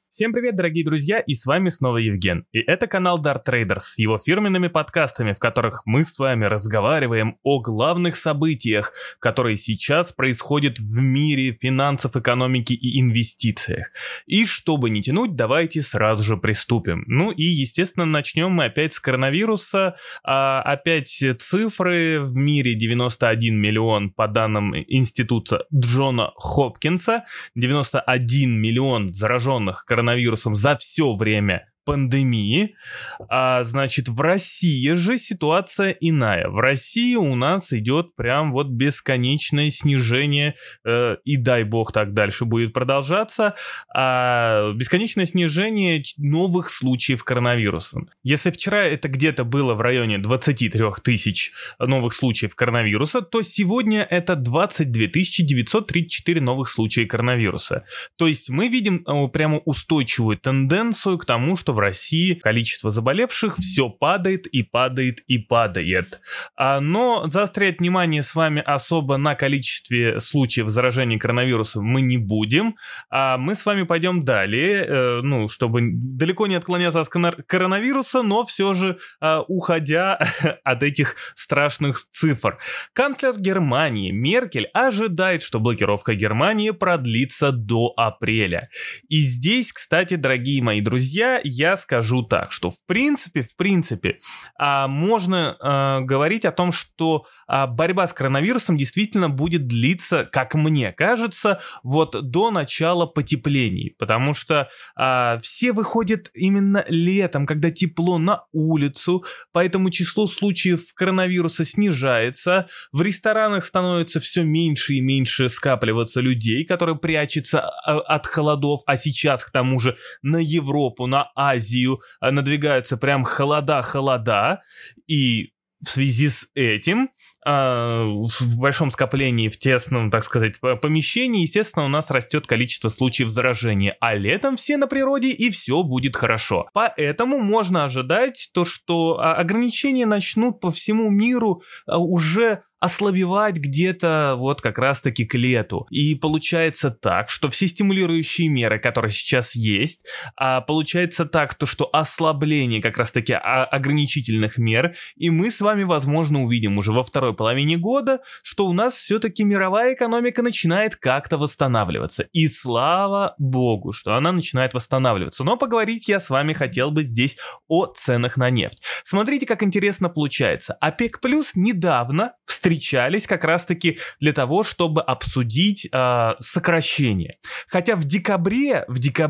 Всем привет, дорогие друзья, и с вами снова Евген. И это канал Dart Traders с его фирменными подкастами, в которых мы с вами разговариваем о главных событиях, которые сейчас происходят в мире финансов, экономики и инвестициях. И чтобы не тянуть, давайте сразу же приступим. Ну и, естественно, начнем мы опять с коронавируса. Опять цифры: в мире 91 миллион по данным института Джона Хопкинса, 91 миллион зараженных коронавирусом за все время пандемии. Значит, в России же ситуация иная. В России у нас идет прям вот бесконечное снижение, и дай бог так дальше будет продолжаться, бесконечное снижение новых случаев коронавируса. Если вчера это где-то было в районе 23 тысяч новых случаев коронавируса, то сегодня это 22 934 новых случая коронавируса. То есть мы видим прямо устойчивую тенденцию к тому, что в России количество заболевших все падает и падает и падает. Но заострять внимание с вами особо на количестве случаев заражения коронавирусом мы не будем. Мы с вами пойдем далее, чтобы далеко не отклоняться от коронавируса, но все же уходя от этих страшных цифр. Канцлер Германии Меркель ожидает, что блокировка Германии продлится до апреля. И здесь, кстати, дорогие мои друзья, я скажу так, что в принципе, можно говорить о том, что борьба с коронавирусом действительно будет длиться, как мне кажется, вот до начала потеплений, потому что все выходят именно летом, когда тепло, на улицу, поэтому число случаев коронавируса снижается, в ресторанах становится все меньше и меньше скапливаться людей, которые прячутся от холодов, а сейчас к тому же на Европу, на Азию надвигаются прям холода, и в связи с этим в большом скоплении, в тесном, так сказать, помещении, естественно, у нас растет количество случаев заражения, а летом все на природе и все будет хорошо. Поэтому можно ожидать то, что ограничения начнут по всему миру уже ослабевать где-то вот как раз-таки к лету. И получается так, что все стимулирующие меры, которые сейчас есть, получается так, то, что ослабление как раз-таки ограничительных мер, и мы с вами, возможно, увидим уже во второй половине года, что у нас все-таки мировая экономика начинает как-то восстанавливаться. И слава богу, что она начинает восстанавливаться. Но поговорить я с вами хотел бы здесь о ценах на нефть. Смотрите, как интересно получается. ОПЕК+ недавно встречались как раз-таки для того, чтобы обсудить сокращение. Хотя в декабре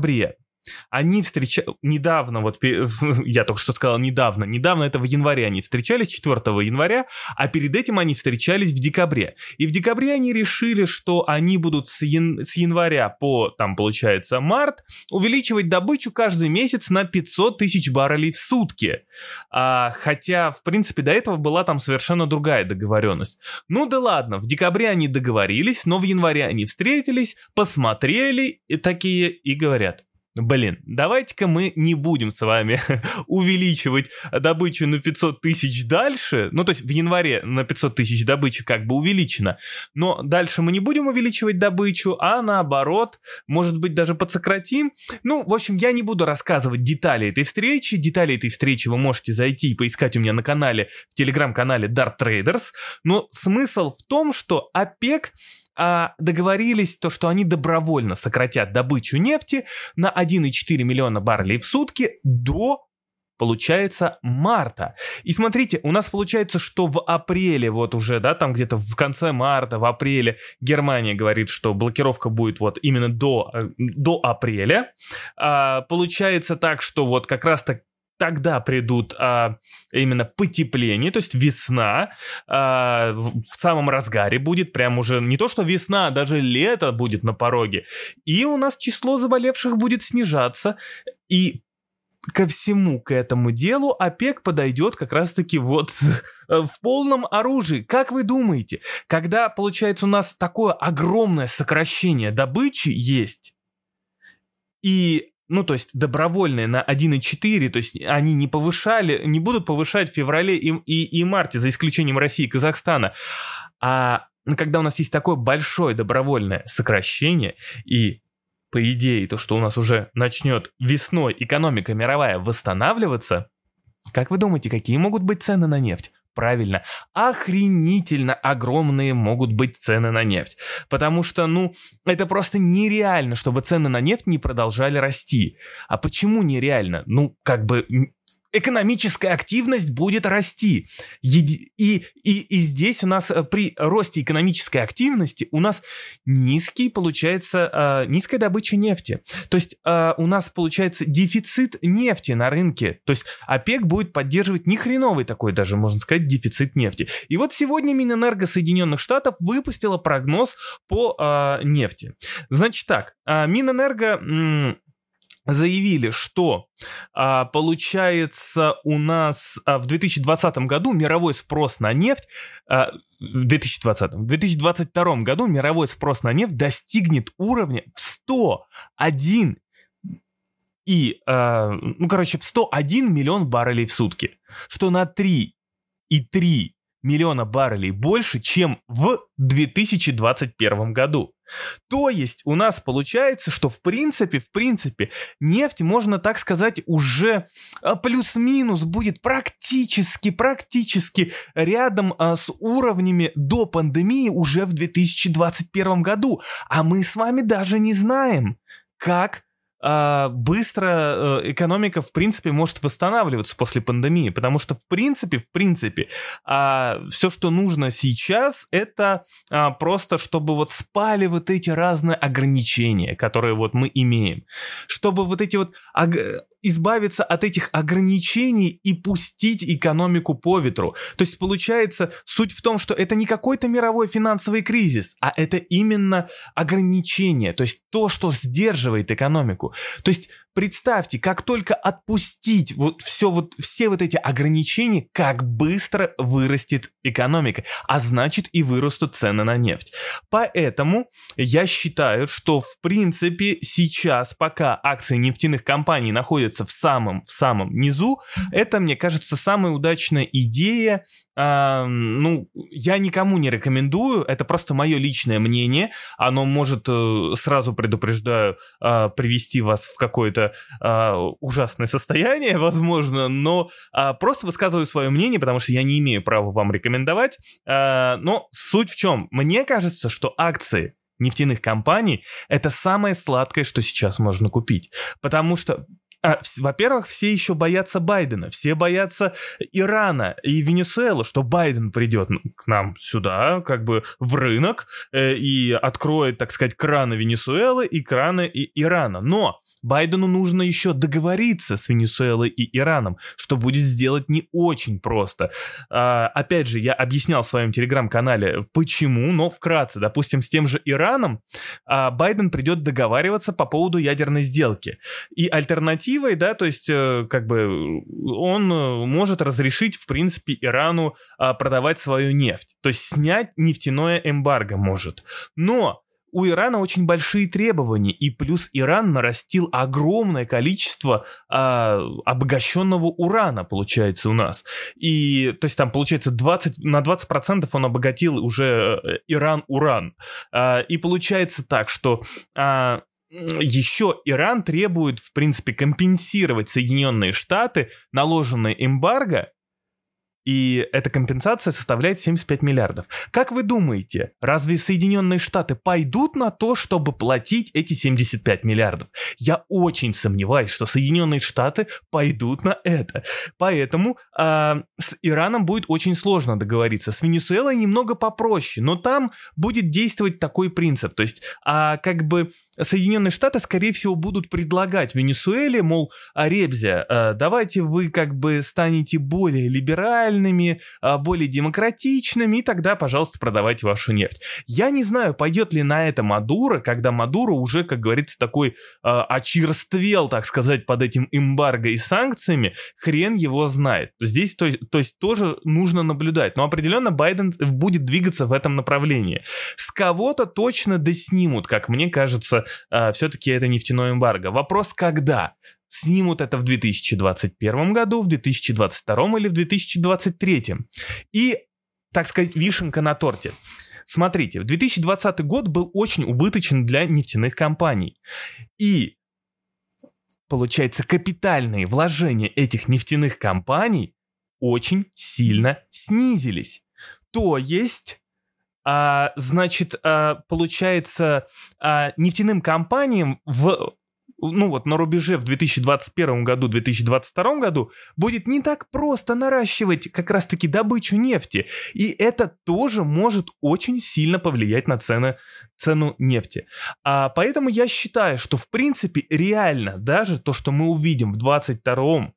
они недавно, вот я только что сказал недавно это в январе они встречались, 4 января, а перед этим они встречались в декабре. И в декабре они решили, что они будут с января по, там, получается, март увеличивать добычу каждый месяц на 500 тысяч баррелей в сутки. Хотя, в принципе, до этого была там совершенно другая договоренность. Ну да ладно, в декабре они договорились, но в январе они встретились, посмотрели такие и говорят: блин, давайте-ка мы не будем с вами увеличивать добычу на 500 тысяч дальше. Ну, то есть в январе на 500 тысяч добыча как бы увеличена. Но дальше мы не будем увеличивать добычу, а наоборот, может быть, даже подсократим. Ну, в общем, я не буду рассказывать детали этой встречи. Детали этой встречи вы можете зайти и поискать у меня на канале, в телеграм-канале Dart Traders. Но смысл в том, что ОПЕК договорились, то, что они добровольно сократят добычу нефти на 1,4 миллиона баррелей в сутки до, получается, марта. И смотрите, у нас получается, что в апреле, вот уже, да, там где-то в конце марта, в апреле Германия говорит, что блокировка будет вот именно до апреля. Получается так, что вот как раз-то тогда придут именно потепление, то есть весна в самом разгаре будет, прям уже не то что весна, а даже лето будет на пороге. И у нас число заболевших будет снижаться, и ко всему к этому делу ОПЕК подойдет как раз-таки вот в полном оружии. Как вы думаете, когда, получается, у нас такое огромное сокращение добычи есть, и то есть добровольные на 1,4, то есть они не будут повышать в феврале и марте, за исключением России и Казахстана. А когда у нас есть такое большое добровольное сокращение, и по идее, то, что у нас уже начнет весной экономика мировая восстанавливаться, как вы думаете, какие могут быть цены на нефть? Правильно, охренительно огромные могут быть цены на нефть. Потому что, это просто нереально, чтобы цены на нефть не продолжали расти. А почему нереально? Экономическая активность будет расти. И здесь у нас при росте экономической активности у нас низкая добыча нефти. То есть у нас получается дефицит нефти на рынке. То есть ОПЕК будет поддерживать нехреновый такой даже, можно сказать, дефицит нефти. И вот сегодня Минэнерго Соединенных Штатов выпустила прогноз по нефти. Значит так, Минэнерго заявили, что получается у нас в 2020 году мировой спрос на нефть, в 2022 году мировой спрос на нефть достигнет уровня в 101 миллион баррелей в сутки, что на 3,3 миллиона баррелей больше, чем в 2021 году. То есть у нас получается, что в принципе, нефть, можно так сказать, уже плюс-минус будет практически рядом с уровнями до пандемии уже в 2021 году. А мы с вами даже не знаем, как быстро экономика, в принципе, может восстанавливаться после пандемии, потому что, в принципе, все, что нужно сейчас, это просто, чтобы вот спали вот эти разные ограничения, которые вот мы имеем, чтобы вот эти вот избавиться от этих ограничений и пустить экономику по ветру. То есть, получается, суть в том, что это не какой-то мировой финансовый кризис, а это именно ограничение, то есть то, что сдерживает экономику. То есть представьте, как только отпустить все эти ограничения, как быстро вырастет экономика, а значит и вырастут цены на нефть. Поэтому я считаю, что в принципе сейчас, пока акции нефтяных компаний находятся в самом низу, это, мне кажется, самая удачная идея. Я никому не рекомендую, это просто мое личное мнение, оно может, сразу предупреждаю, привести вас в какое-то ужасное состояние, возможно, но просто высказываю свое мнение, потому что я не имею права вам рекомендовать, но суть в чем? Мне кажется, что акции нефтяных компаний — это самое сладкое, что сейчас можно купить, потому что во-первых, все еще боятся Байдена, все боятся Ирана и Венесуэлы, что Байден придет к нам сюда, как бы в рынок, и откроет, так сказать, краны Венесуэлы и краны Ирана. Но Байдену нужно еще договориться с Венесуэлой и Ираном, что будет сделать не очень просто. Опять же, я объяснял в своем телеграм-канале, почему, но вкратце. Допустим, с тем же Ираном Байден придет договариваться по поводу ядерной сделки. И альтернативой, да, то есть он может разрешить, в принципе, Ирану продавать свою нефть. То есть снять нефтяное эмбарго может. Но у Ирана очень большие требования, и плюс Иран нарастил огромное количество обогащенного урана, получается, у нас. И, то есть там, получается, на 20% он обогатил уже Иран-уран. И получается так, что еще Иран требует, в принципе, компенсировать Соединенные Штаты наложенное эмбарго, и эта компенсация составляет 75 миллиардов. Как вы думаете, разве Соединенные Штаты пойдут на то, чтобы платить эти 75 миллиардов? Я очень сомневаюсь, что Соединенные Штаты пойдут на это. Поэтому с Ираном будет очень сложно договориться. С Венесуэлой немного попроще, но там будет действовать такой принцип. То есть, Соединенные Штаты, скорее всего, будут предлагать Венесуэле, мол, ребзя, давайте вы станете более либеральными, более демократичными, и тогда, пожалуйста, продавайте вашу нефть. Я не знаю, пойдет ли на это Мадуро, когда Мадуро уже, как говорится, такой очерствел, так сказать, под этим эмбарго и санкциями, хрен его знает. Здесь, то есть тоже нужно наблюдать, но определенно Байден будет двигаться в этом направлении. С кого-то точно доснимут, как мне кажется, все-таки это нефтяное эмбарго. Вопрос, когда? Снимут это в 2021 году, в 2022 или в 2023. И, так сказать, вишенка на торте. Смотрите, 2020 год был очень убыточен для нефтяных компаний. И, получается, капитальные вложения этих нефтяных компаний очень сильно снизились. То есть, получается, нефтяным компаниям на рубеже в 2021 году, 2022 году будет не так просто наращивать как раз-таки добычу нефти. И это тоже может очень сильно повлиять на цену нефти. Поэтому я считаю, что в принципе реально даже то, что мы увидим в 23-м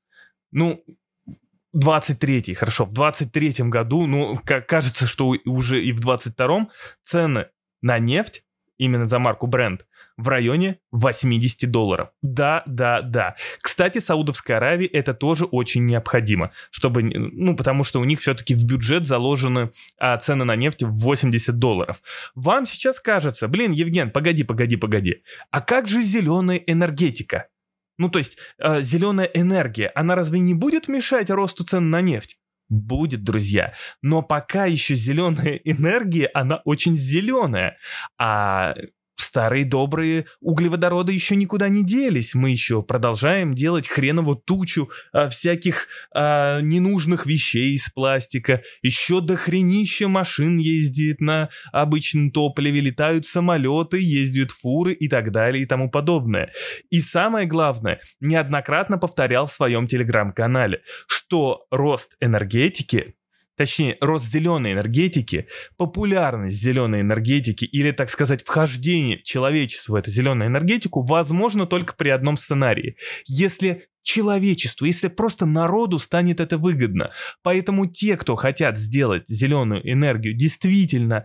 году, кажется, что уже и в 22-м цены на нефть, именно за марку Brent, в районе $80. Да. Кстати, Саудовской Аравии это тоже очень необходимо, потому что у них все-таки в бюджет заложены цены на нефть в $80. Вам сейчас кажется, Евген, погоди. А как же зеленая энергетика? Зеленая энергия, она разве не будет мешать росту цен на нефть? Будет, друзья. Но пока еще зеленая энергия, она очень зеленая. А старые добрые углеводороды еще никуда не делись. Мы еще продолжаем делать хренову тучу всяких ненужных вещей из пластика. Еще дохренища машин ездит на обычном топливе, летают самолеты, ездят фуры и так далее и тому подобное. И самое главное, неоднократно повторял в своем телеграм-канале, что рост энергетики, точнее, рост зеленой энергетики, популярность зеленой энергетики или, так сказать, вхождение человечества в эту зеленую энергетику возможно только при одном сценарии. Если просто народу станет это выгодно. Поэтому те, кто хотят сделать зеленую энергию действительно,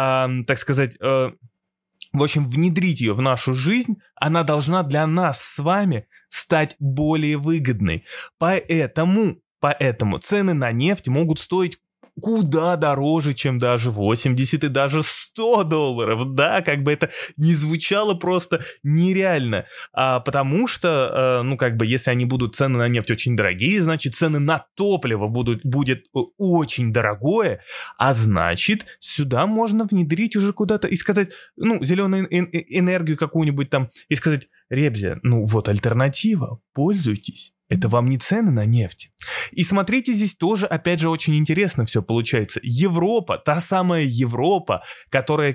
внедрить ее в нашу жизнь, она должна для нас с вами стать более выгодной. Поэтому цены на нефть могут стоить куда дороже, чем даже $80 и даже $100. Да, как бы это ни звучало просто нереально. Потому что, если они будут цены на нефть очень дорогие, значит цены на топливо будет очень дорогое, а значит сюда можно внедрить уже куда-то и сказать, зеленую энергию какую-нибудь там, и сказать, ребзя, альтернатива, пользуйтесь. Это вам не цены на нефть. И смотрите, здесь тоже, опять же, очень интересно все получается. Европа, та самая Европа, которая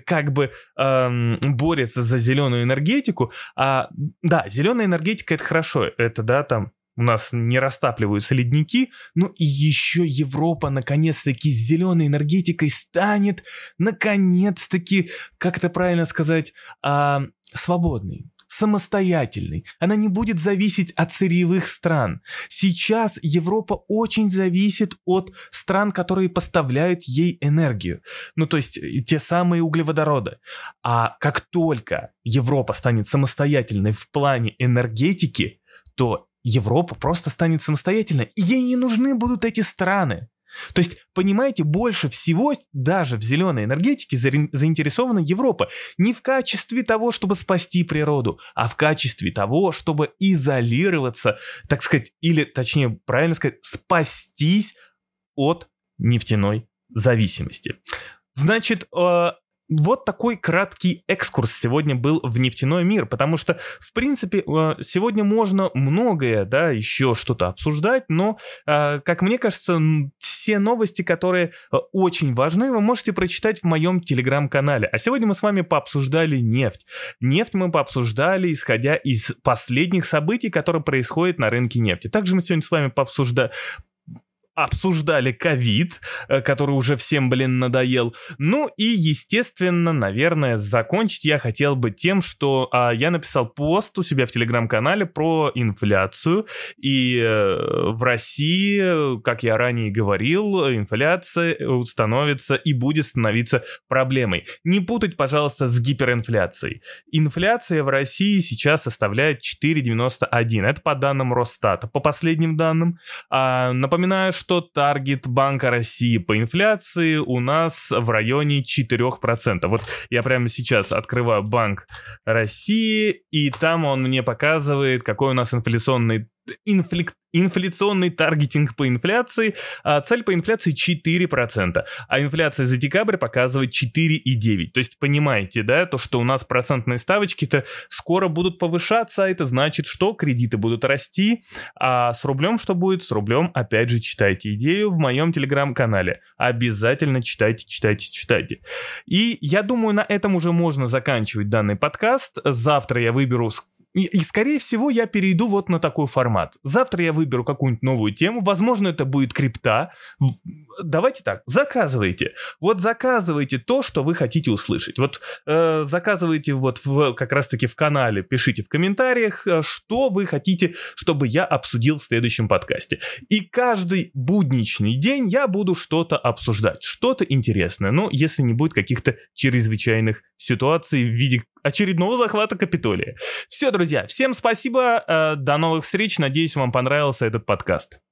борется за зеленую энергетику. Зеленая энергетика — это хорошо. Это, у нас не растапливаются ледники. Но и еще Европа, наконец-таки, с зеленой энергетикой станет, наконец-таки, как это правильно сказать, свободной. Самостоятельной. Она не будет зависеть от сырьевых стран. Сейчас Европа очень зависит от стран, которые поставляют ей энергию. То есть те самые углеводороды. А как только Европа станет самостоятельной в плане энергетики, то Европа просто станет самостоятельной, и ей не нужны будут эти страны. То есть, понимаете, больше всего даже в зеленой энергетике заинтересована Европа. Не в качестве того, чтобы спасти природу, а в качестве того, чтобы изолироваться, так сказать, или, точнее, правильно сказать, спастись от нефтяной зависимости. Значит, вот такой краткий экскурс сегодня был в нефтяной мир, потому что, в принципе, сегодня можно многое, еще что-то обсуждать, но, как мне кажется, все новости, которые очень важны, вы можете прочитать в моем телеграм-канале. А сегодня мы с вами пообсуждали нефть. Нефть мы пообсуждали, исходя из последних событий, которые происходят на рынке нефти. Также мы сегодня с вами обсуждали ковид, который уже всем, надоел. И, естественно, наверное, закончить я хотел бы тем, что я написал пост у себя в телеграм-канале про инфляцию. И в России, как я ранее говорил, инфляция становится и будет становиться проблемой. Не путать, пожалуйста, с гиперинфляцией. Инфляция в России сейчас составляет 4,91. Это по данным Росстата. По последним данным, напоминаю, что таргет Банка России по инфляции у нас в районе 4%. Вот я прямо сейчас открываю Банк России, и там он мне показывает, какой у нас инфляционный инфляционный таргетинг по инфляции. Цель по инфляции 4%, а инфляция за декабрь показывает 4,9%. То есть понимаете, да, то, что у нас процентные ставочки-то скоро будут повышаться, а это значит, что кредиты будут расти, а с рублем что будет? С рублем, опять же, читайте идею в моем телеграм-канале. Обязательно читайте. И я думаю, на этом уже можно заканчивать данный подкаст. Завтра я выберу... И, скорее всего, я перейду вот на такой формат. Завтра я выберу какую-нибудь новую тему. Возможно, это будет крипта. Давайте так, заказывайте. Вот заказывайте то, что вы хотите услышать. Вот заказывайте вот как раз-таки в канале. Пишите в комментариях, что вы хотите, чтобы я обсудил в следующем подкасте. И каждый будничный день я буду что-то обсуждать. Что-то интересное. Ну, если не будет каких-то чрезвычайных ситуаций в виде очередного захвата Капитолия. Все, друзья, всем спасибо, до новых встреч, надеюсь, вам понравился этот подкаст.